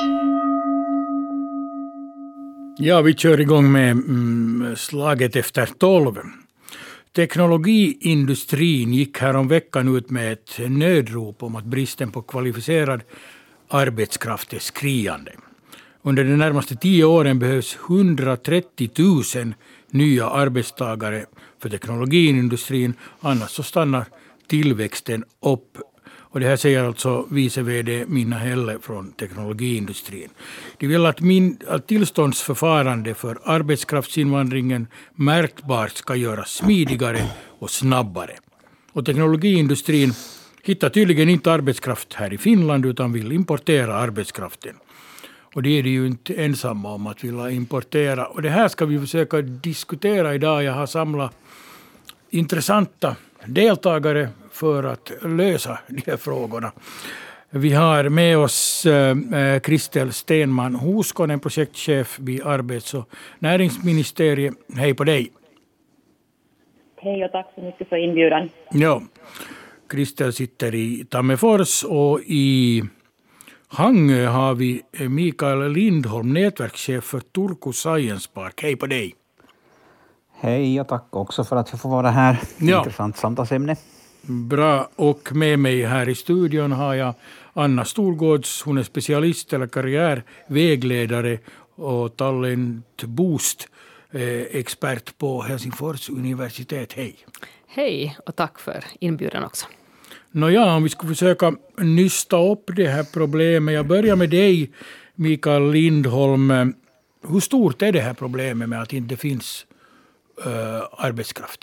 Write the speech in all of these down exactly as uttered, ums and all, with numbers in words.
Ja, vi kör igång med mm, slaget efter tolv. Teknologiindustrin gick här om veckan ut med ett nödrop om att bristen på kvalificerad arbetskraft är skriande. Under de närmaste tio åren behövs hundratrettio tusen nya arbetstagare för teknologiindustrin, annars så stannar tillväxten upp. Och det här säger alltså vice vd Minna Helle från teknologiindustrin. De vill att, min, att tillståndsförfarande för arbetskraftsinvandringen märkbart ska göras smidigare och snabbare. Och teknologiindustrin hittar tydligen inte arbetskraft här i Finland utan vill importera arbetskraften. Och det är de ju inte ensamma om att vilja importera. Och det här ska vi försöka diskutera idag. Jag har samlat intressanta deltagare för att lösa de här frågorna. Vi har med oss äh, Kristel Stenman Huskonen, projektchef vid Arbets- och näringsministeriet. Hej på dig. Hej och tack så mycket för inbjudan. Ja, Kristel sitter i Tammerfors och i Hangö har vi Mikael Lindholm, nätverkschef för Turku Science Park. Hej på dig. Hej och tack också för att jag får vara här. Ja. Intressant samtalsämne. Bra, och med mig här i studion har jag Anna Storgårds. Hon är specialist eller karriärvägledare och talentboost expert på Helsingfors universitet. Hej. Hej och tack för inbjudan också. Nåja, om vi ska försöka nysta upp det här problemet. Jag börjar med dig, Mikael Lindholm. Hur stort är det här problemet med att det inte finns uh, arbetskraft?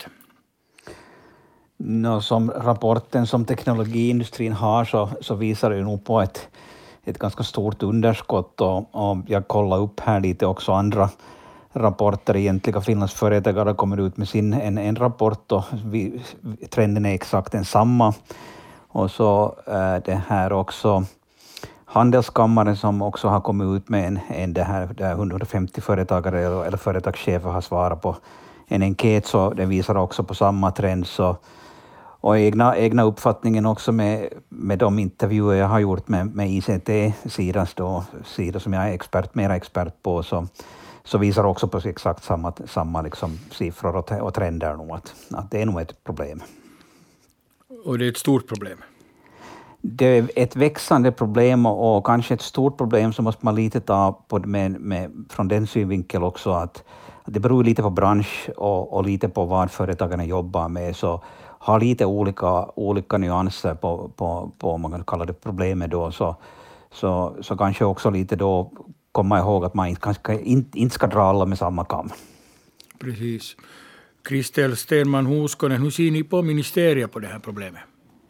No, som rapporten som teknologiindustrin har så, så visar det nog på ett, ett ganska stort underskott och, och jag kollar upp här lite också andra rapporter. Egentligen Finlands företagare kommer ut med sin en, en rapport och vi, trenden är exakt densamma. Och så äh, det här också Handelskammaren som också har kommit ut med en, en det här där hundrafemtio företagare eller, eller företagschefer har svarat på en enkät, så det visar också på samma trend. Så, och egna, egna uppfattningen också med, med de intervjuer jag har gjort med, med I C T-sidan då, sida som jag är expert, mera expert på, så, så visar också på exakt samma, samma liksom siffror och, och trender nog att, att det är nog ett problem. Och det är ett stort problem? Det är ett växande problem och, och kanske ett stort problem som måste man lite ta på med, med, från den synvinkel också att, att det beror lite på bransch och, och lite på vad företagarna jobbar med, så har lite olika, olika nyanser på, på, på om man kan kalla det problemet då, så, så, så kanske också lite då komma ihåg att man kanske inte, inte ska dra alla med samma kam. Precis. Kristel Stenman Huskonen, hur ser ni på ministeriet på det här problemet?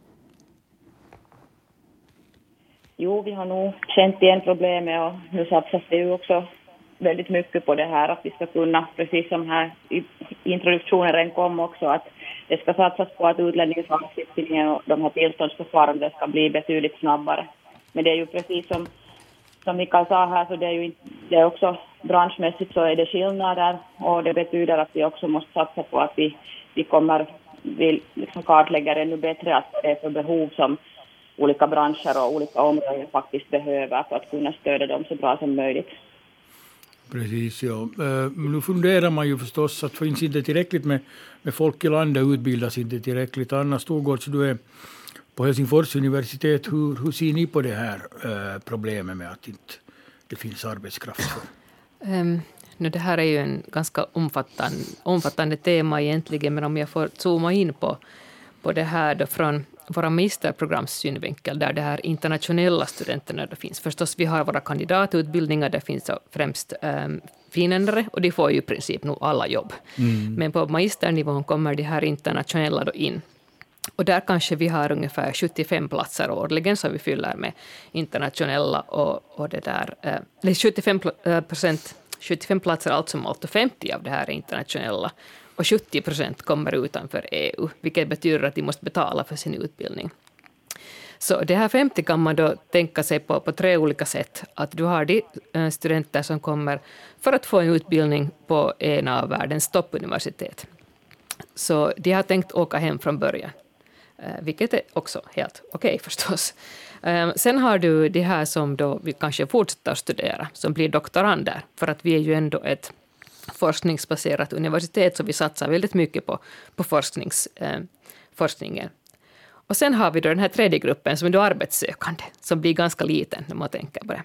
Jo, vi har nog känt igen problemet och nu satsas det ju också väldigt mycket på det här att vi ska kunna, precis som här i introduktionen redan kom också, att det ska satsas på att utlänningslagstiftningen och de här tillståndsförfarandena ska bli betydligt snabbare. Men det är ju precis som, som Mikael sa här, så det är ju det är också branschmässigt så är det skillnader och det betyder att vi också måste satsa på att vi, vi kommer, vi liksom kartlägger ännu bättre att det är för behov som olika branscher och olika områden faktiskt behöver för att kunna stödja dem så bra som möjligt. Precis, ja. Men nu funderar man ju förstås att finns inte tillräckligt med, med folk i landet, utbildas inte tillräckligt. Anna Storgårds, du är på Helsingfors universitet. Hur, hur ser ni på det här äh, problemet med att inte det finns arbetskraft för? Um, nu det här är ju en ganska omfattande, omfattande tema egentligen, men om jag får zooma in på, på det här då från våra magisterprograms synvinkel, där det här internationella studenterna då finns. Förstås, vi har våra kandidatutbildningar, där finns främst um, finländare, och de får ju i princip nog alla jobb. Mm. Men på magisternivån kommer de här internationella då in. Och där kanske vi har ungefär sjuttiofem platser årligen som vi fyller med internationella och, och det där, eh, sjuttiofem procent, sjuttiofem platser, allt som allt, och femtio av det här är internationella. Och sjuttio procent kommer utanför E U, vilket betyder att de måste betala för sin utbildning. Så det här femtio kan man då tänka sig på, på tre olika sätt. Att du har de studenter som kommer för att få en utbildning på en av världens toppuniversitet. Så de har tänkt åka hem från början, vilket är också helt okej okay förstås. Um, sen har du de här som då vi kanske fortsätter att studera, som blir doktorander, för att vi är ju ändå ett forskningsbaserat universitet, så vi satsar väldigt mycket på, på forsknings, eh, forskningen. Och sen har vi då den här tredje gruppen som är då arbetssökande, som blir ganska liten när man tänker på det.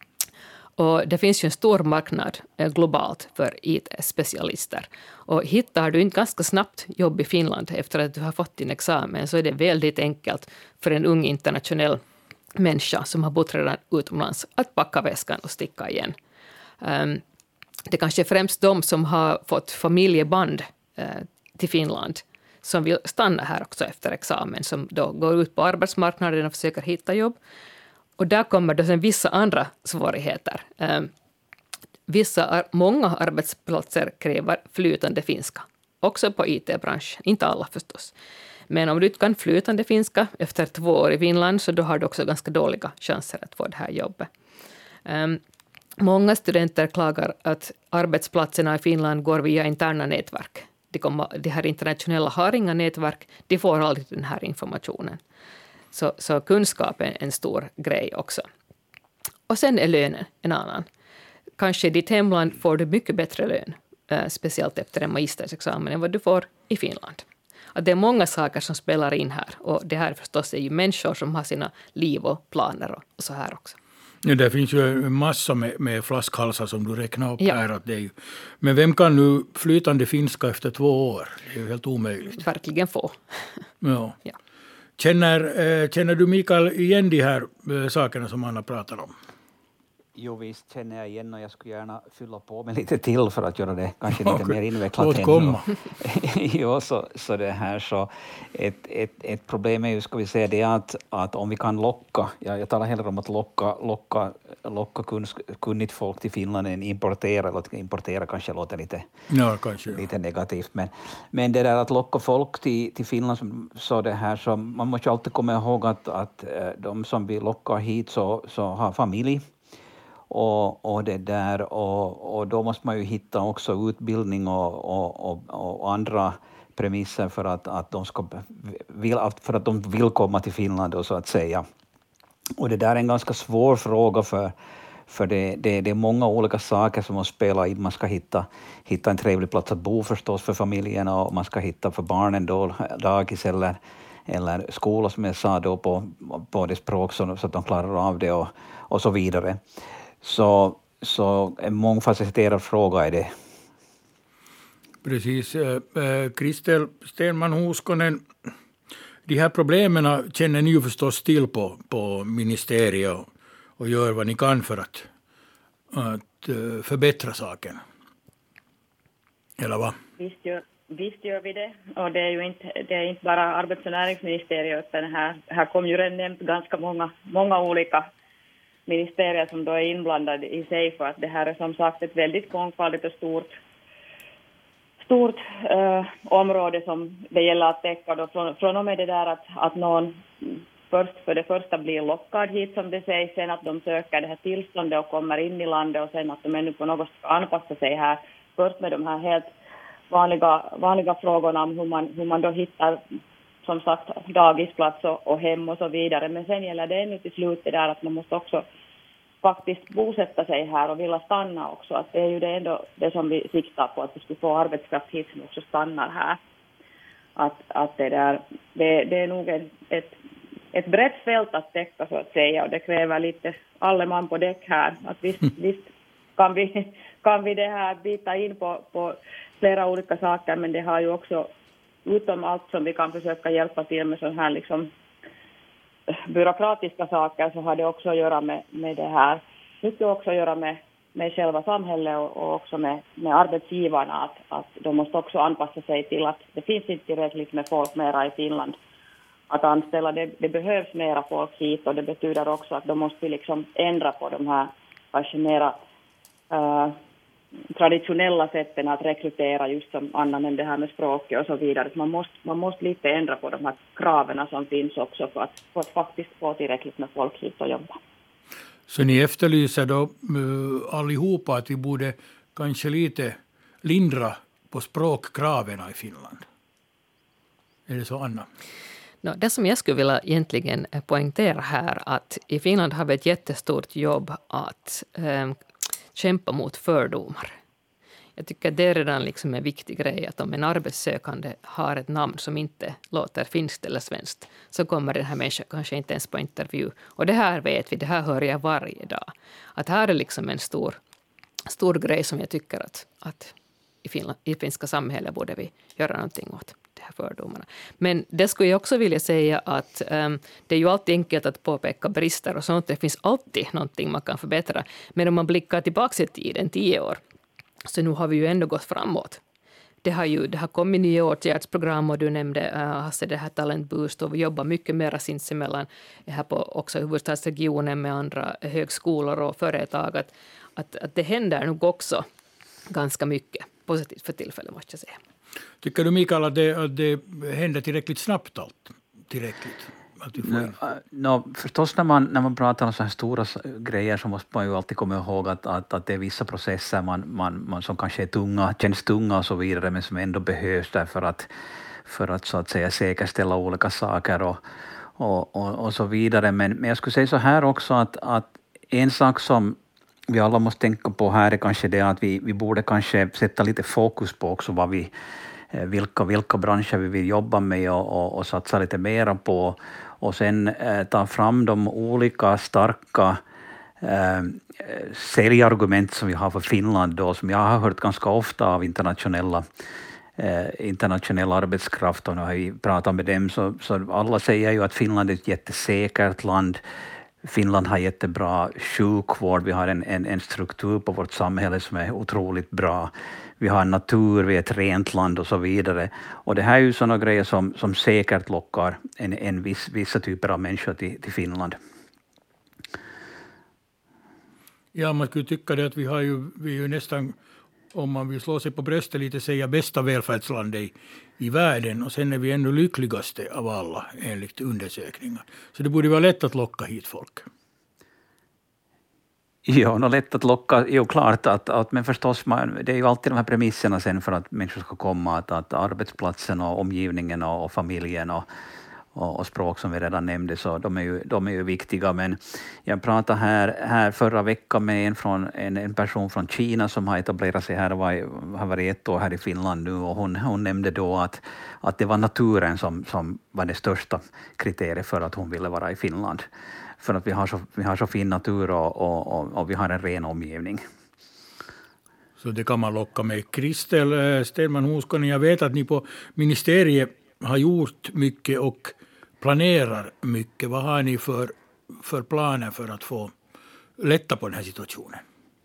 Och det finns ju en stor marknad eh, globalt för I T-specialister. Och hittar du inte ganska snabbt jobb i Finland efter att du har fått din examen, så är det väldigt enkelt för en ung internationell människa som har bott redan utomlands att packa väskan och sticka igen. Um, det kanske är främst de som har fått familjeband eh, till Finland som vill stanna här också efter examen, som då går ut på arbetsmarknaden och försöker hitta jobb. Och där kommer då sen vissa andra svårigheter. Eh, vissa, många arbetsplatser kräver flytande finska, också på I T-branschen, inte alla förstås. Men om du inte kan flytande finska efter två år i Finland, så då har du också ganska dåliga chanser att få det här jobbet. Eh, många studenter klagar att arbetsplatserna i Finland går via interna nätverk. De, kommer, de här internationella har inga nätverk, de får aldrig den här informationen. Så, så kunskap är en stor grej också. Och sen är lönen en annan. Kanske i ditt hemland får du mycket bättre lön, eh, speciellt efter en magistersexamen, än vad du får i Finland. Att det är många saker som spelar in här. Och det här förstås är ju människor som har sina liv och planer och, och så här också. Ja, det finns ju en massa med, med flaskhalsar som du räknar upp ja. här. Att det är ju, men vem kan nu flytande finska efter två år? Det är ju helt omöjligt. Verkligen få. Ja. ja. Känner, äh, känner du Mikael igen de här äh, sakerna som Anna pratar om? Jo, visst känner jag igen, och jag skulle gärna fylla på med lite till för att göra det kanske lite okay. mer invecklat. Låt komma. jo, så, så det här så ett, ett, ett problem är ju, ska vi säga det, att, att om vi kan locka, ja, jag talar hellre om att locka, locka, locka kunsk, kunnigt folk till Finland än importera, eller importera kanske låter lite, ja, kanske, ja. lite negativt, men, men det där att locka folk till, till Finland, så det här, så man måste alltid komma ihåg att, att de som vill locka hit så, så har familj. Och, och, det där, och, och då måste man ju hitta också utbildning och, och, och, och andra premisser för att, att, de ska, vill, för att de vill komma till Finland då, så att säga. Och det där är en ganska svår fråga, för, för det, det, det är många olika saker som måste spela in. Man ska hitta, hitta en trevlig plats att bo förstås för familjerna, och man ska hitta för barnen då dagis eller, eller skola som jag sa då på, på det språk så, så att de klarar av det och, och så vidare. Så, så en mångfacetterad fråga är det. Precis. Kristel Stenman-Huskonen, de här problemen känner ni ju förstås till på, på ministeriet och, och gör vad ni kan för att, att förbättra saken. Eller vad? Visst gör, visst gör vi det. Och det är ju inte, det är inte bara arbets- och näringsministeriet, utan här, här kom ju redan nämnt ganska många, många olika ministerier som då är inblandade i sig, för att det här är som sagt ett väldigt mångfaldigt och stort, stort eh, område som det gäller att täcka. Då från, från och med det där att, att någon först för det första blir lockad hit som det sägs, sen att de söker det här tillståndet och kommer in i landet, och sen att de ännu på något ska anpassa sig här. Först med de här helt vanliga, vanliga frågorna om hur man, hur man då hittar som sagt dagisplats och, och hem och så vidare. Men sen gäller det ännu till slut det där att man måste också faktiskt bosätta sig här och vilja stanna också. Att det är ju det ändå det som vi siktar på, att vi skulle få arbetskraft hit som också stannar här. Att, att det, där, det, det är nog ett, ett, ett brett fält att täcka så att säga, och det kräver lite alle man på däck här. Att visst, mm. visst kan vi, kan vi det här bita in på, på flera olika saker, men det har ju också utom allt som vi kan försöka hjälpa till med sådana här liksom byråkratiska saker, så har det också att göra med, med det här. Mycket också att göra med, med själva samhället och, och också med, med arbetsgivarna. Att, att de måste också anpassa sig till att det finns inte tillräckligt med folk mera i Finland att anställa. Det, det behövs mera folk hit, och det betyder också att de måste liksom ändra på de här kanske mera uh, traditionella sätten att rekrytera, just som Anna nämnde här med språket och så vidare. Man måste, man måste lite ändra på de här kraven som finns också för att, för att faktiskt få tillräckligt med folk hit och jobba. Så ni efterlyser då uh, allihopa att vi borde kanske lite lindra på språkkraven i Finland? Är det så, Anna? No, det som jag skulle vilja egentligen poängtera här, att i Finland har vi ett jättestort jobb att eh, kämpa mot fördomar. Jag tycker att det är redan liksom en viktig grej, att om en arbetssökande har ett namn som inte låter finskt eller svenskt, så kommer den här människan kanske inte ens på intervju. Och det här vet vi, det här hör jag varje dag. Att här är liksom en stor, stor grej som jag tycker att, att i, Finland, i finska samhället borde vi göra någonting åt. Fördomarna. Men det skulle jag också vilja säga att um, det är ju alltid enkelt att påpeka brister och sånt. Det finns alltid någonting man kan förbättra. Men om man blickar tillbaka i tiden, tio år, så nu har vi ju ändå gått framåt. Det har ju det har kommit nya åtgärdsprogram och du nämnde uh, Hasse, det här Talent Boost, och vi jobbar mycket mer sinsemellan här på också huvudstadsregionen med andra högskolor och företag. Att, att, att det händer nog också ganska mycket positivt för tillfället, måste jag säga. Tycker du, Mikael, att det, att det händer tillräckligt snabbt allt? Tillräckligt? Att du får in? No, förstås när man, när man pratar om så här stora grejer så måste man ju alltid komma ihåg att, att, att det är vissa processer man, man, man som kanske är tunga, känns tunga och så vidare, men som ändå behövs därför att, för att så att säga säkerställa olika saker och, och, och, och så vidare. Men, men jag skulle säga så här också att, att en sak som vi alla måste tänka på här är kanske det att vi, vi borde kanske sätta lite fokus på också vad vi, vilka, vilka branscher vi vill jobba med och, och, och satsa lite mera på. Och sen eh, ta fram de olika starka eh, säljargument som vi har för Finland då, som jag har hört ganska ofta av internationella, eh, internationell arbetskraft. Och när vi pratar med dem så, så alla säger ju att Finland är ett jättesäkert land. Finland har jättebra sjukvård, vi har en, en, en struktur på vårt samhälle som är otroligt bra. Vi har natur, vi är ett rent land och så vidare. Och det här är ju sådana grejer som, som säkert lockar en, en viss, vissa typer av människor till, till Finland. Ja, man skulle tycka det att vi har ju, vi är ju nästan, om man vill slå sig på bröstet lite, säga bästa välfärdslandet i, i världen. Och sen är vi ännu lyckligaste av alla enligt undersökningar. Så det borde vara lätt att locka hit folk. Ja, något lätt att locka, jo klart att, att men förstås man, det är ju alltid de här premisserna sen för att människor ska komma, att, att arbetsplatsen och omgivningen och, och familjen och, och, och språk som vi redan nämnde, så de är ju, de är ju viktiga. Men jag pratade här, här förra veckan med en, från, en, en person från Kina som har etablerat sig här och var, har varit ett år här i Finland nu, och hon, hon nämnde då att, att det var naturen som, som var det största kriteriet för att hon ville vara i Finland. För att vi har så, vi har så fin natur och, och, och, och vi har en ren omgivning. Så det kan man locka med. Kristel Stenman-Huuskonen, jag vet att ni på ministeriet har gjort mycket och planerar mycket. Vad har ni för, för planer för att få lätta på den här situationen?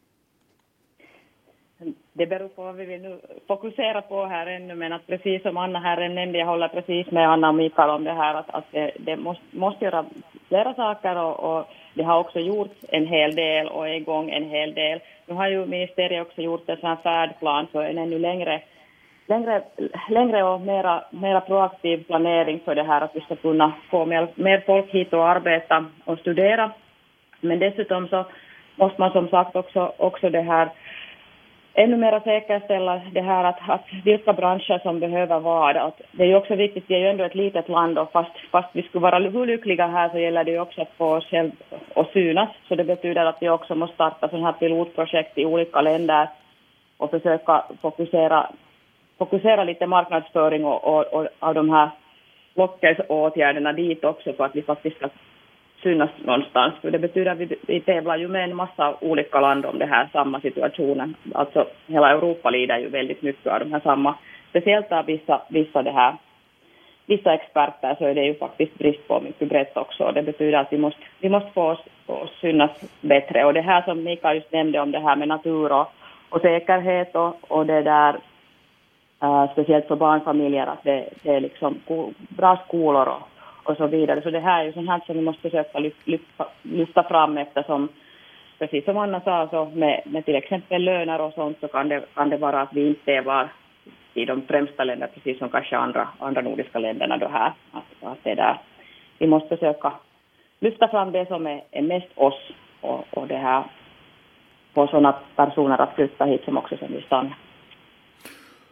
Det beror på vad vi vill nu fokusera på här ännu, men att precis som Anna här nämnde, jag håller precis med Anna och Mikael om det här, att, att det, det måste, måste göra flera saker och, och det har också gjort en hel del och är igång en hel del. Nu har ju ministeriet också gjort en sån här färdplan för en ännu längre, längre, längre och mera, mera proaktiv planering för det här, att vi ska kunna få mer, mer folk hit och arbeta och studera. Men dessutom så måste man som sagt också, också det här ännu mer säkerställa det här att, att vilka branscher som behöver vara. Att det är ju också viktigt, vi är ju ändå ett litet land och fast, fast vi skulle vara hur lyckliga här så gäller det ju också att få oss själv att synas. Så det betyder att vi också måste starta sådana här pilotprojekt i olika länder och försöka fokusera, fokusera lite marknadsföring och, och, och av de här lockelsåtgärderna dit också för att vi faktiskt ska synas någonstans. För det betyder att vi, vi tävlar ju med en massa olika land om det här samma situationen. Alltså hela Europa lider ju väldigt mycket av de här samma. Speciellt av vissa, vissa, det här, vissa experter så är det ju faktiskt brist på mycket brett också. Det betyder att vi måste, vi måste få oss, få oss synas bättre. Och det här som Mikael just nämnde om det här med natur och, och säkerhet och, och det där uh, speciellt för barnfamiljer att det, det är liksom bra skolor och och så vidare. Så det här är ju sånt här som vi måste försöka lyfta, lyfta fram eftersom, precis som Anna sa, så med, med till exempel löner och sånt så kan det, kan det vara att vi inte var i de främsta länderna, precis som kanske andra, andra nordiska länderna då här. Att, att det där, vi måste försöka lyfta fram det som är, är mest oss och, och det här få sådana personer att flytta hit som också som vill stanna.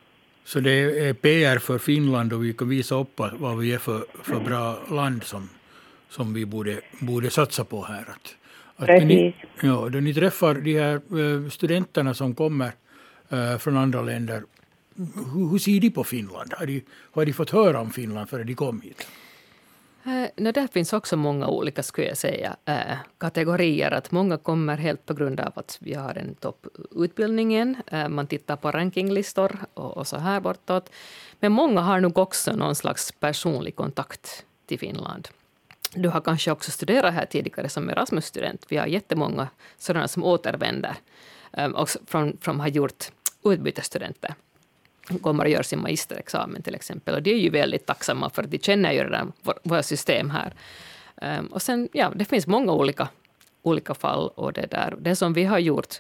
Så det är P R för Finland och vi kan visa upp vad vi är för, för bra land som, som vi borde, borde satsa på här. Att, att Precis. Ni, ja, då ni träffar de här studenterna som kommer äh, från andra länder, hur, hur ser de på Finland? Har de, har de fått höra om Finland före de kom hit? Eh, no, där finns också många olika, skulle jag säga, eh, kategorier. Att många kommer helt på grund av att vi har en topputbildningen. Eh, man tittar på rankinglistor och, och så här bortåt. Men många har nog också någon slags personlig kontakt till Finland. Du har kanske också studerat här tidigare som Erasmus-student. Vi har jättemånga sådana som återvänder eh, och från, från har gjort utbytesstudenter. Kommer att göra sin magisterexamen till exempel. Och det är ju väldigt tacksamma för att de känner ju redan våra system här. Um, och sen, ja, det finns många olika, olika fall. Och det, där. Det som vi har gjort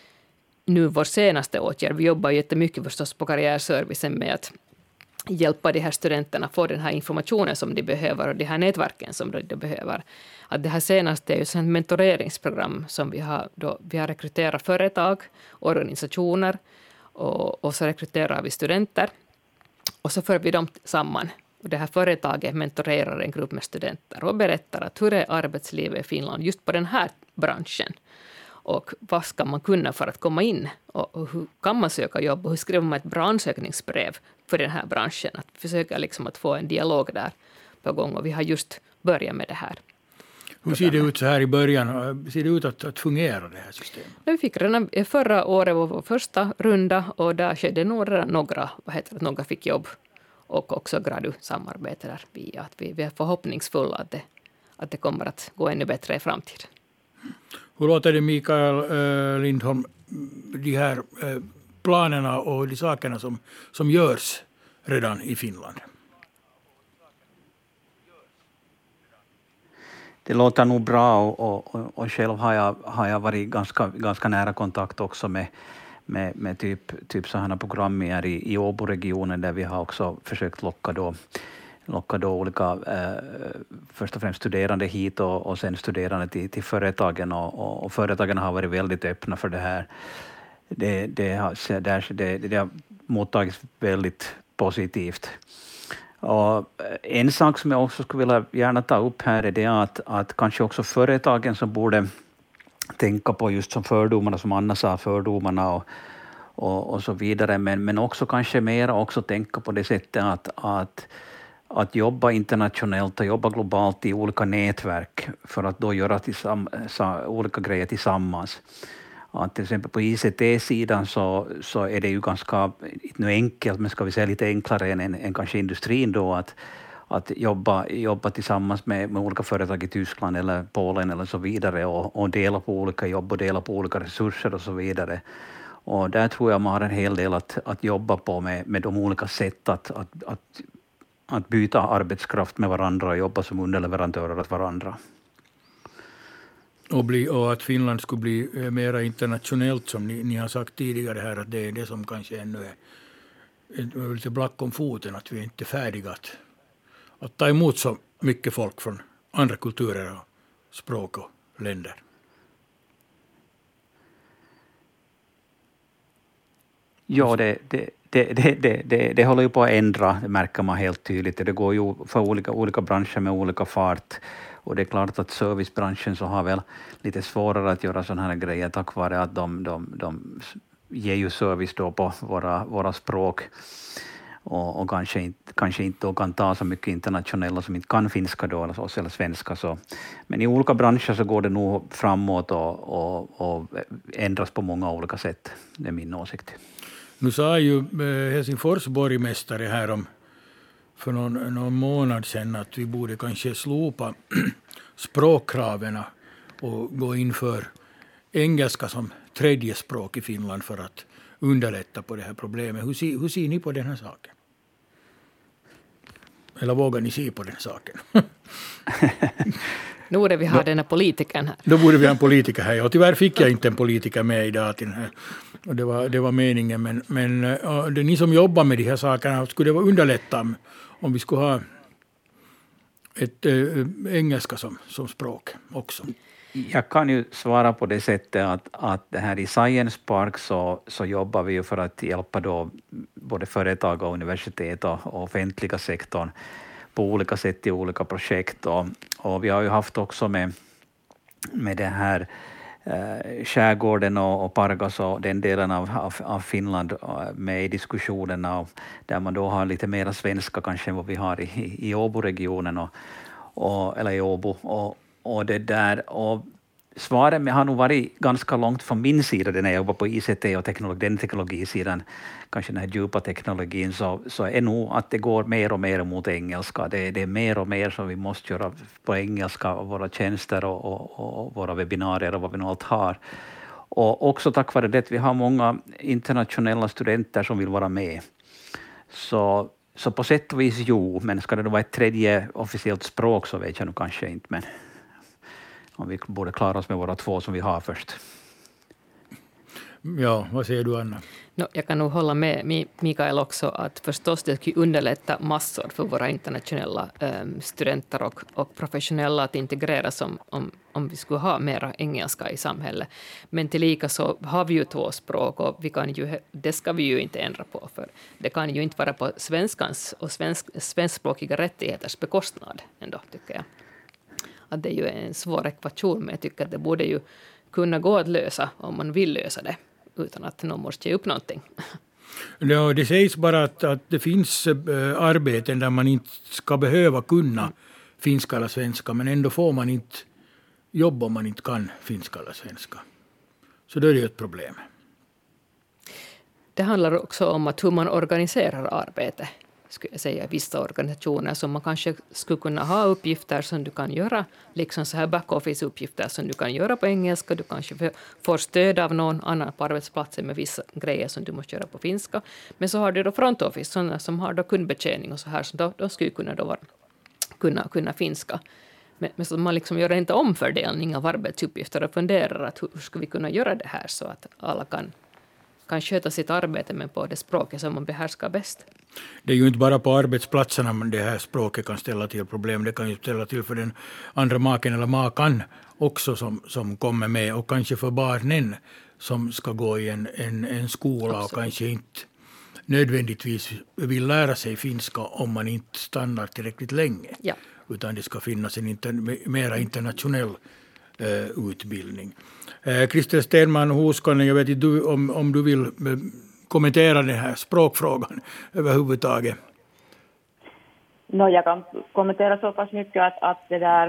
nu, vår senaste åtgärd, vi jobbar jättemycket förstås på karriärservicen med att hjälpa de här studenterna få den här informationen som de behöver och de här nätverken som de behöver. Att det här senaste är ju ett mentoreringsprogram som vi har, då vi har rekryterat företag, organisationer. Och, och så rekryterar vi studenter och så för vi dem samman. Och det här företaget mentorerar en grupp med studenter och berättar att hur är arbetslivet i Finland just på den här branschen. Och vad ska man kunna för att komma in? Och, och hur kan man söka jobb? Och hur skriver man ett bra ansökningsbrev för den här branschen? Att försöka liksom att få en dialog där på gång. Och vi har just börjat med det här. Hur ser det ut så här i början? Ser det ut att, att fungera det här systemet? Vi fick redan förra året vår första runda och där skedde några, några, vad heter det, några fick jobb och också gradu-samarbete där vi, att vi, vi är förhoppningsfulla att det, att det kommer att gå ännu bättre i framtiden. Hur låter det, Mikael äh, Lindholm, de här äh, planerna och de sakerna som, som görs redan i Finland? Det låter nog bra och, och, och själv har jag, har jag varit ganska, ganska nära kontakt också med, med, med typ, typ sådana program här i, i Åbo-regionen där vi har också försökt locka då, locka då olika, eh, först och främst studerande hit och, och sen studerande till, till företagen och, och, och företagen har varit väldigt öppna för det här. Det, det, har, det, det, det har mottagits väldigt positivt. Och en sak som jag också skulle vilja gärna ta upp här är det att, att kanske också företagen som borde tänka på just som fördomarna, som Anna sa, fördomarna och, och, och så vidare, men, men också kanske mer också tänka på det sättet att, att, att jobba internationellt och jobba globalt i olika nätverk för att då göra tillsamm- sa, olika grejer tillsammans. Att till exempel på I C T-sidan så, så är det ju ganska nu enkelt, men ska vi säga lite enklare än, än, än kanske industrin då, att, att jobba, jobba tillsammans med, med olika företag i Tyskland eller Polen eller så vidare och, och dela på olika jobb och dela på olika resurser och så vidare. Och där tror jag man har en hel del att, att jobba på med, med de olika sätt att, att, att, att byta arbetskraft med varandra och jobba som underleverantörer åt varandra. Och, bli, och att Finland skulle bli mer internationellt som ni, ni har sagt tidigare här, att det är det som kanske ännu är lite black om foten, att vi är inte är färdiga att, att ta emot så mycket folk från andra kulturer och språk och länder. Ja, det, det, det, det, det, det, det håller ju på att ändra, det märker man helt tydligt. Det går ju för olika, olika branscher med olika fart. Och det är klart att servicebranschen så har väl lite svårare att göra sådana här grejer tack vare att de, de, de ger ju service då på våra, våra språk och, och kanske, inte, kanske inte då kan ta så mycket internationella som inte kan finska då eller, eller svenska. Så. Men i olika branscher så går det nog framåt och, och, och ändras på många olika sätt. Det är min åsikt. Nu sa ju Helsingfors borgmästare här om för någon, någon månad sedan att vi borde kanske slopa språkkraven och gå in för engelska som tredje språk i Finland för att underlätta på det här problemet. Hur ser, hur ser ni på den här saken? Eller vågar ni se på den saken? Nu borde vi ha den här politikern här. Då borde vi ha en politiker här. Och tyvärr fick jag inte en politiker med idag till den här. Och det var, det var meningen. Men, men uh, det, ni som jobbar med de här sakerna, skulle det vara underlätta om vi skulle ha ett uh, engelska som, som språk också? Jag kan ju svara på det sättet att, att det här i Science Park så, så jobbar vi ju för att hjälpa då både företag och universitet och, och offentliga sektorn på olika sätt i olika projekt. Och, och vi har ju haft också med, med det här eh, skärgården och, och Pargas och den delen av, av, av Finland med i diskussionerna, och där man då har lite mera svenska kanske än vad vi har i, i, i Åbo-regionen och, och, eller i Åbo. Och, och det där, och svaret har nog varit ganska långt från min sida, när jag jobbar på I C T och teknologi, den teknologisidan, kanske den här djupa teknologin, så, så är nog att det går mer och mer mot engelska. Det, det är mer och mer som vi måste göra på engelska, och våra tjänster och, och, och våra webbinarier och vad vi nu allt har. Och också tack vare det, vi har många internationella studenter som vill vara med. Så, så på sätt och vis jo, men ska det då vara ett tredje officiellt språk så vet jag nog kanske inte, men om vi borde klara oss med våra två som vi har först. Ja, vad säger du, Anna? No, jag kan nog hålla med Mikael också att förstås det skulle underlätta massor för våra internationella um, studenter och, och professionella att integreras om, om, om vi skulle ha mera engelska i samhället. Men tillika så har vi ju två språk, och vi kan ju, det ska vi ju inte ändra på, för det kan ju inte vara på svenskans och svensk, svenskspråkiga rättigheters bekostnad ändå, tycker jag. Att det är ju en svår ekvation, men jag tycker att det borde ju kunna gå att lösa om man vill lösa det utan att någon måste ge upp någonting. Ja, det sägs bara att, att det finns äh, arbeten där man inte ska behöva kunna finska eller svenska, men ändå får man inte jobb om man inte kan finska eller svenska. Så då är det ju ett problem. Det handlar också om att hur man organiserar arbete, skulle jag säga, vissa organisationer som man kanske skulle kunna ha uppgifter som du kan göra, liksom så här backoffice-uppgifter som du kan göra på engelska. Du kanske får stöd av någon annan på arbetsplatsen med vissa grejer som du måste göra på finska. Men så har du då front office, sådana som har då kundbetjäning och så här, så då, då skulle kunna, då vara, kunna, kunna finska. Men, men så man liksom gör inte omfördelning av arbetsuppgifter och funderar att hur, hur ska vi kunna göra det här så att alla kan kan sköta sitt arbete med på det språket som man behärskar bäst. Det är ju inte bara på arbetsplatserna men det här språket kan ställa till problem. Det kan ju ställa till för den andra maken eller makan också som, som kommer med, och kanske för barnen som ska gå i en, en, en skola. Absolut. Och kanske inte nödvändigtvis vill lära sig finska om man inte stannar tillräckligt länge. Ja. Utan det ska finnas en inter, mera internationell uh, utbildning. Kristel Stenman Huuskonen, jag vet inte du, om, om du vill kommentera den här språkfrågan överhuvudtaget. No, jag kan kommentera så pass mycket att, att det där,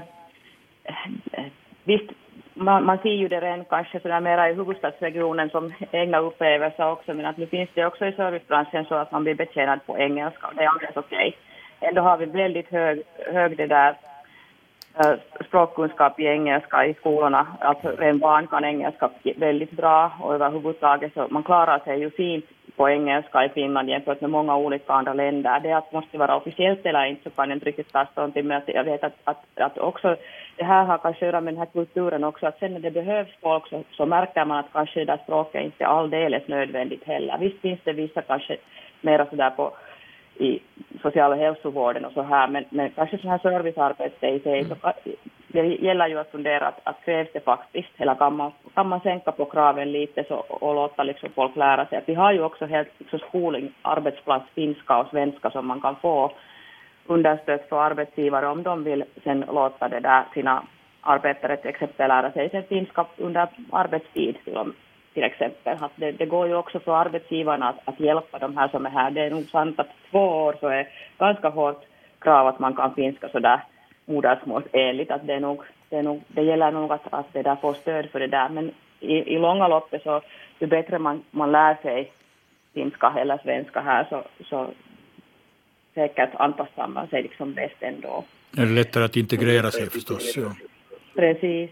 visst, man, man ser ju det redan kanske sådär mera i huvudstadsregionen som egna upplevelser också, men att nu finns det också i servicebranschen så att man blir betjänad på engelska, och det är alldeles okej. Ändå har vi väldigt hög, hög det där språkkunskap i engelska i skolorna. Alltså en barn kan engelska väldigt bra, och överhuvudtaget så man klarar sig ju fint på engelska i Finland jämfört med många olika andra länder. Det att måste vara officiellt eller inte så kan jag inte riktigt ta stånd till, men jag vet att, att, att också det här har kanske att göra med den här kulturen också, att sen när det behövs folk så, så märker man att kanske det där språket inte är alldeles nödvändigt heller. Visst finns det vissa kanske mera sådär på i social- och hälsovården och så här, men, men kanske så här servicearbete i sig, så det gäller ju att fundera att, att krävs det faktiskt, eller kan man, kan man sänka på kraven lite så, och låta liksom folk lära sig. Att vi har ju också helt liksom skoling, arbetsplats, finska och svenska som man kan få understött för arbetsgivare om de vill sen låta det där sina arbetare till exempel lära sig sen finska under arbetstid till dem. Till exempel. Att det, det går ju också för arbetsgivarna att, att hjälpa de här som är här. Det är nog sant att två år så är ganska hårt krav att man kan finska sådär modersmålsenligt. Att det, är nog, det, är nog, det gäller nog att, att det där får stöd för det där. Men i, i långa loppet så ju bättre man, man lär sig finska eller svenska här så, så säkert anpassar man sig liksom bäst ändå. Det är lättare att integrera sig förstås. Ja. Precis.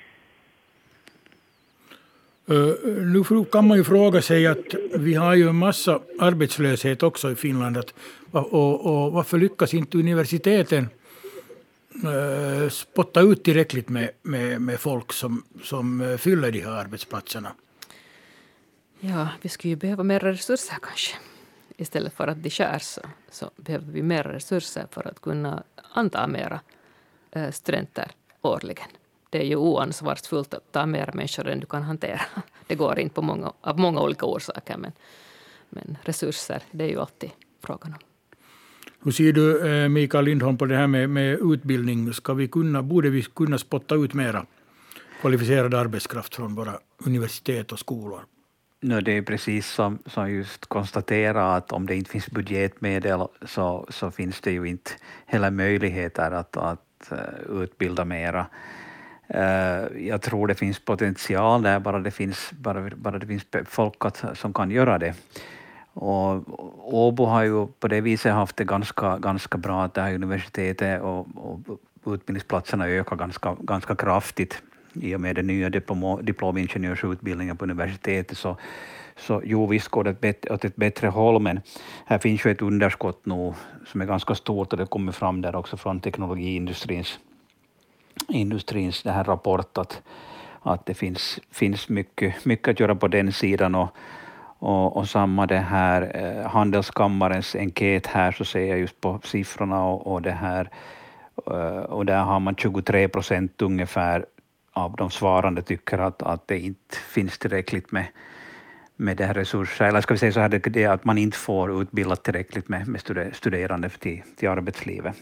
Uh, nu kan man ju fråga sig att vi har ju en massa arbetslöshet också i Finland, att, och, och varför lyckas inte universiteten uh, spotta ut tillräckligt med, med, med folk som, som fyller de här arbetsplatserna? Ja, vi skulle ju behöva mer resurser kanske. Istället för att de skärs så, så behöver vi mer resurser för att kunna anta mera uh, studenter årligen. Det är ju oansvarsfullt att ta mer människor än du kan hantera. Det går inte på många, av många olika orsaker. Men, men resurser, det är ju alltid frågan om. Hur ser du, Mikael Lindholm, på det här med, med utbildning? Ska vi kunna, borde vi kunna spotta ut mera kvalificerad arbetskraft från våra universitet och skolor? No, det är precis som, som just konstatera att om det inte finns budgetmedel så, så finns det ju inte heller möjligheter att, att uh, utbilda mera. Uh, jag tror det finns potential där, bara det finns, bara, bara det finns folk att, som kan göra det. Och Åbo har ju på det viset haft det ganska, ganska bra att det här universitetet och, och utbildningsplatserna ökar ganska, ganska kraftigt i och med den nya diplom, diplomingenjörsutbildningen på universitetet. Så, så jo, visst går det ett bättre, åt ett bättre håll, men här finns ju ett underskott nu som är ganska stort, och det kommer fram där också från teknologiindustrins industrins det här rapport att, att det finns, finns mycket, mycket att göra på den sidan. Och Och, och samma det här eh, Handelskammarens enkät här, så ser jag just på siffrorna och, och det här eh, och där har man tjugotre procent ungefär av de svarande tycker att, att det inte finns tillräckligt med, med det här resurser, eller ska vi säga så här, det, det att man inte får utbilda tillräckligt med, med studerande till, till arbetslivet.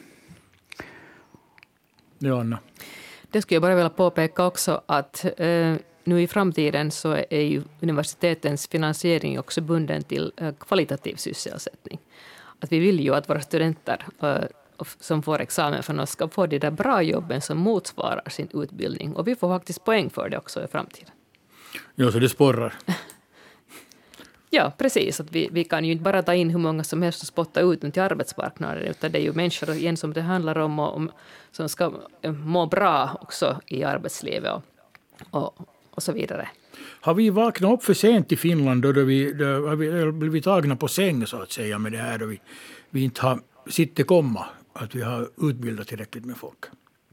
Ja, Anna. Det skulle jag bara vilja påpeka också att eh, nu i framtiden så är ju universitetens finansiering också bunden till kvalitativ sysselsättning. Att vi vill ju att våra studenter som får examen från oss ska få de där bra jobben som motsvarar sin utbildning. Och vi får faktiskt poäng för det också i framtiden. Ja, så det sporrar. Ja, precis. Att vi, vi kan ju inte bara ta in hur många som helst och spotta ut dem till arbetsmarknaden, utan det är ju människor igen som det handlar om, och, om som ska må bra också i arbetslivet och, och och så vidare. Har vi vaknat upp för sent i Finland då, då, vi, då har vi blivit tagna på säng så att säga med det här, då vi, vi inte har sett det komma, att vi har utbildat tillräckligt med folk?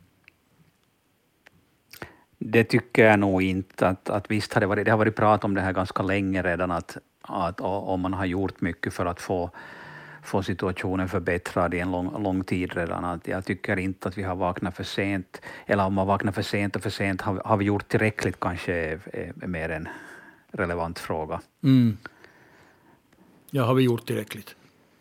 Det tycker jag nog inte. Att, att visst har det varit, det har varit prat om det här ganska länge redan, att, att om man har gjort mycket för att få få situationen förbättrad i en lång, lång tid redan. Att jag tycker inte att vi har vaknat för sent, eller om man vaknar för sent och för sent har, har vi gjort tillräckligt, kanske är, är, är mer en relevant fråga. Mm. Ja, har vi gjort tillräckligt?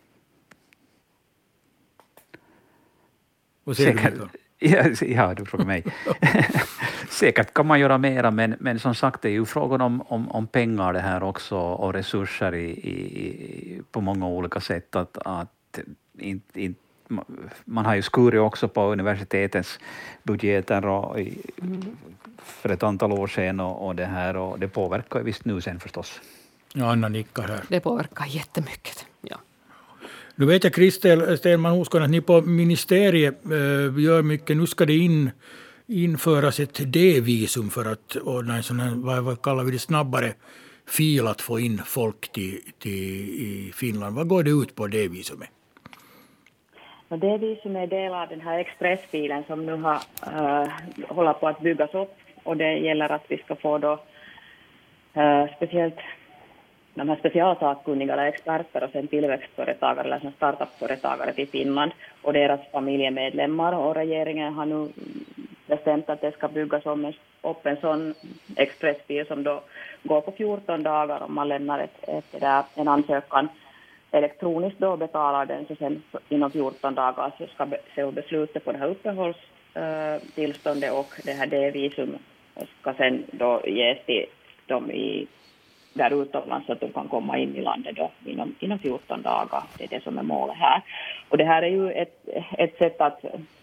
Vad säger Säkert, du då? Ja, ja, du frågar mig. Säkert kan man göra mera, men, men som sagt det är ju frågan om, om, om pengar det här också, och resurser i, i, på många olika sätt. Att, att in, in, man har ju skurit också på universitetens budgeter och, i, för ett antal år sedan, och, och det här, och det påverkar visst nu sen förstås. Ja, Anna nickar här. Det påverkar jättemycket, ja. Nu vet jag, Kristel Stenman-Hoskon, att ni på ministeriet äh, gör mycket. Nu ska det in, införas ett D-visum för att ordna en sån här, vad, vad kallar vi det, snabbare fil att få in folk till, till i Finland. Vad går det ut på D-visumet? D-visumet är del av den här expressfilen som nu har, äh, håller på att byggas upp, och det gäller att vi ska få då äh, speciellt de här specialsakkunniga eller experter och sen tillväxtföretagare eller som startupföretagare till Finland och deras familjemedlemmar, och regeringen har nu bestämt att det ska byggas om en, upp en sån expressfil som då går på fjorton dagar om man lämnar ett, ett där, en ansökan elektroniskt, då betalar den, så sen inom fjorton dagar så ska be, så beslutet på det här uppehållstillståndet och det här D-visum ska sen då ges till dem i där utomlands så att de kan komma in i landet då inom, inom fjorton dagar. Det är det som är målet här. Och det här är ju ett, ett sätt att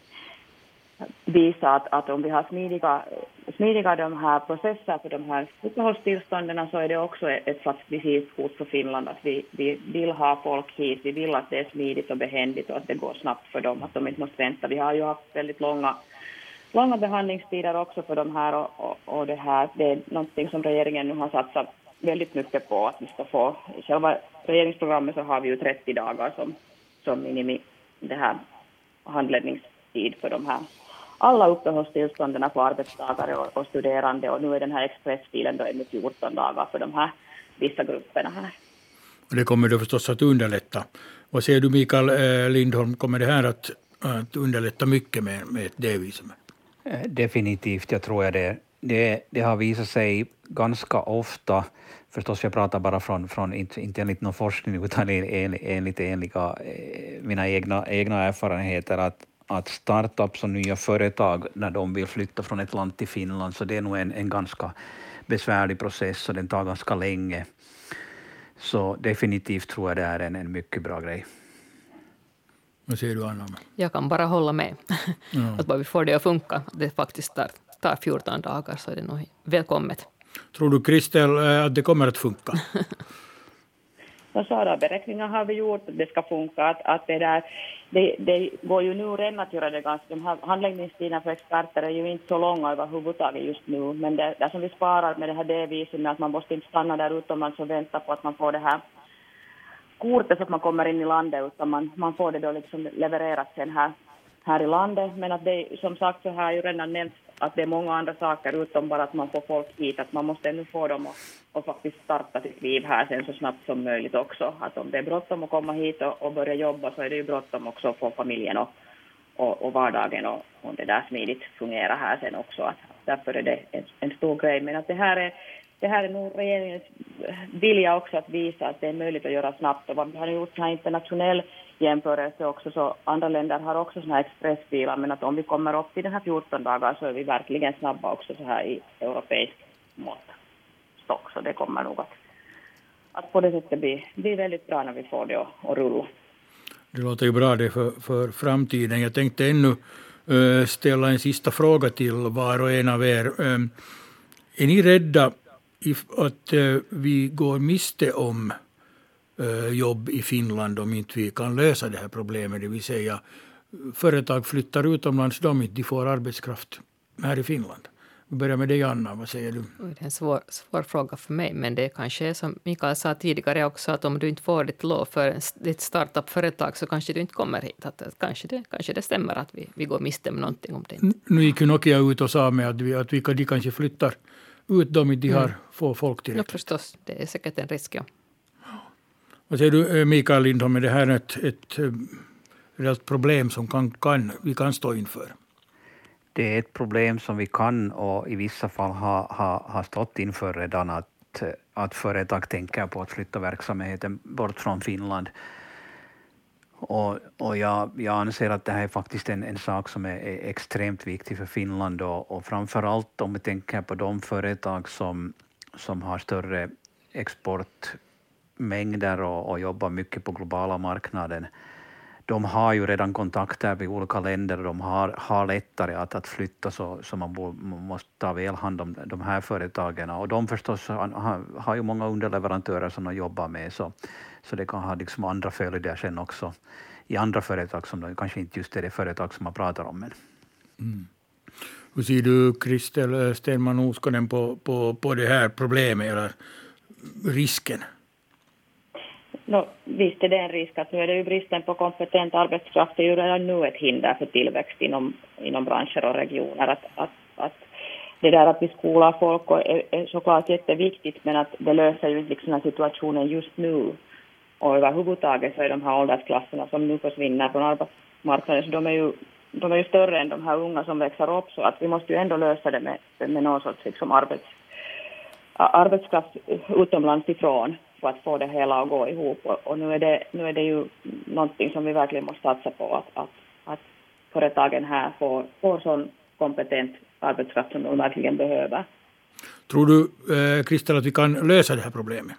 visa att, att om vi har smidiga, smidiga de här processer för de här uppehållstillstånden, så är det också ett, ett slags visitkort för Finland att vi, vi vill ha folk hit. Vi vill att det är smidigt och behändigt och att det går snabbt för dem, att de inte måste vänta. Vi har ju haft väldigt långa långa behandlingstider också för de här, och, och, och det här det är någonting som regeringen nu har satsat väldigt mycket på att vi ska få. I själva regeringsprogrammet så har vi ju trettio dagar som, som minimi det här handläggningstid för de här alla uppehållstillstånden för arbetstagare och, och studerande, och nu är den här expressfilen då ännu fjorton dagar för de här vissa grupperna här. Och det kommer då förstås att underlätta. Vad säger du, Mikael eh, Lindholm, kommer det här att, att underlätta mycket med, med ett D-visum? Definitivt, jag tror jag det det, det har visat sig ganska ofta, förstås jag pratar bara från, från inte, inte enligt någon forskning utan enligt, enligt, enligt mina egna, egna erfarenheter, att, att startups och nya företag när de vill flytta från ett land till Finland, så det är nog en, en ganska besvärlig process och den tar ganska länge. Så definitivt tror jag det är en, en mycket bra grej. Vad säger du, Anna? Jag kan bara hålla med. Ja. Att bara vi får det att funka. Det faktiskt tar, tar fjorton dagar, så är det nog välkommet. Tror du, Kristel, att det kommer att funka? Så sådana beräkningar har vi gjort att det ska funka. Att, att det, där, det, det går ju nu redan att göra det ganska. De här handläggningstiderna för experter är ju inte så långa överhuvudtaget just nu. Men det, det som vi sparar med det här D-visumet, att man måste inte stanna där utomlands och vänta på att man får det här kortet så att man kommer in i landet, utan man, man får det då liksom levererat sen här, här i landet. Men att det, som sagt, så har jag ju redan nämnt att det är många andra saker utom bara att man får folk hit, att man måste ännu få dem och, och faktiskt starta sitt liv här sen så snabbt som möjligt också. Att om det är bråttom att komma hit och, och börja jobba, så är det ju bråttom också att få familjen och, och, och vardagen och, och det där smidigt fungerar här sen också. Att därför är det en, en stor grej. Men att det här är Det här är nog regeringens vilja också att visa att det är möjligt att göra snabbt. Och vi har gjort en internationell jämförelse också, så andra länder har också såna här expressbilar, men att om vi kommer upp till den här fjorton dagar så är vi verkligen snabba också så här i europeisk måttstock. Så det kommer nog att, att på det sättet bli, bli väldigt bra när vi får det att, att rulla. Det låter ju bra det för, för framtiden. Jag tänkte ännu äh, ställa en sista fråga till var och en av er. Äh, är ni rädda att uh, vi går miste om uh, jobb i Finland om inte vi kan lösa det här problemet? Det vill säga, företag flyttar utomlands, de inte får arbetskraft här i Finland. Vi börjar med dig, Anna. Vad säger du? Det är en svår, svår fråga för mig, men det kanske är som Mikael sa tidigare också, att om du inte får ditt lov för ditt startup-företag så kanske du inte kommer hit. Att, att kanske, det, kanske det stämmer att vi, vi går miste om någonting om det inte. Nu gick ju Nokia ut och sa med att, vi, att vi, de kanske flyttar ut dem inte har mm. få folk direkt. Ja, förstås. Det är säkert en risk, ja. Vad säger du, Mikael Lindholm, är det här ett, ett, ett problem som kan, kan, vi kan stå inför? Det är ett problem som vi kan och i vissa fall har ha, ha stått inför redan, att, att företag tänker på att flytta verksamheten bort från Finland. Och, och jag, jag anser att det här är faktiskt en, en sak som är, är extremt viktig för Finland och, och framförallt om vi tänker på de företag som, som har större exportmängder och, och jobbar mycket på globala marknaden. De har ju redan kontakter med olika länder och de har, har lättare att, att flytta, så, så man, bo, man måste ta väl hand om de här företagen. Och de förstås har, har ju många underleverantörer som de jobbar med, så, så det kan ha liksom andra följder sen också i andra företag som de, kanske inte just är det företag som man pratar om. Men. Mm. Hur ser du, Kristel Stenman Uskonen, på, på, på det här problemet eller risken? No, visst är det en risk att nu är det ju bristen på kompetent arbetskraft, det är ju redan nu ett hinder för tillväxt inom, inom branscher och regioner. Att, att, att det där att vi skolar folk är, är såklart jätteviktigt, men att det löser ju inte liksom den här situationen just nu. Och överhuvudtaget så är de här åldersklasserna som nu försvinner från arbetsmarknaden, så de är ju, de är ju större än de här unga som växer upp, så att vi måste ju ändå lösa det med, med någon sorts liksom arbets, arbetskraft utomlands ifrån för att få det hela att gå ihop. Och, och nu, är det, nu är det ju någonting som vi verkligen måste satsa på, att, att, att företagen här får, får sån kompetent arbetskraft som de verkligen behöver. Tror du, eh, Kristel, att vi kan lösa det här problemet?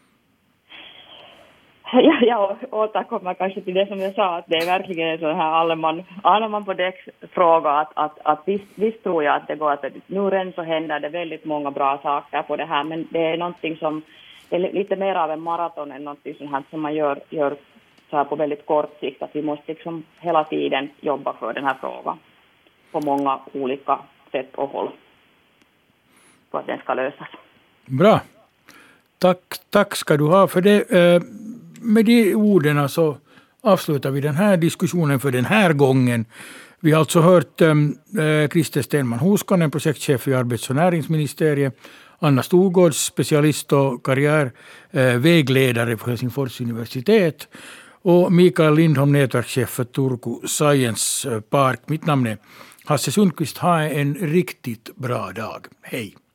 Ja, jag återkommer kanske till det som jag sa, att det är verkligen en sån här alleman, alleman på däck-fråga, att, att, att visst, visst tror jag att det går, att nu redan så händer det väldigt många bra saker på det här, men det är någonting som det är lite mer av en maraton än någonting sånt här som man gör, gör så här på väldigt kort sikt, att vi måste liksom hela tiden jobba för den här frågan på många olika sätt och håll för att den ska lösas. Bra. Tack, tack ska du ha för det. Med de orden så avslutar vi den här diskussionen för den här gången. Vi har alltså hört äh, Kristel Stenman Uskonen, projektchef i arbets- och näringsministeriet, Anna Storgårds, specialist och karriärvägledare på Helsingfors universitet, Och Mikael Lindholm, nätverkschef för Turku Science Park. Mitt namn är Hasse Sundqvist. Ha en riktigt bra dag. Hej!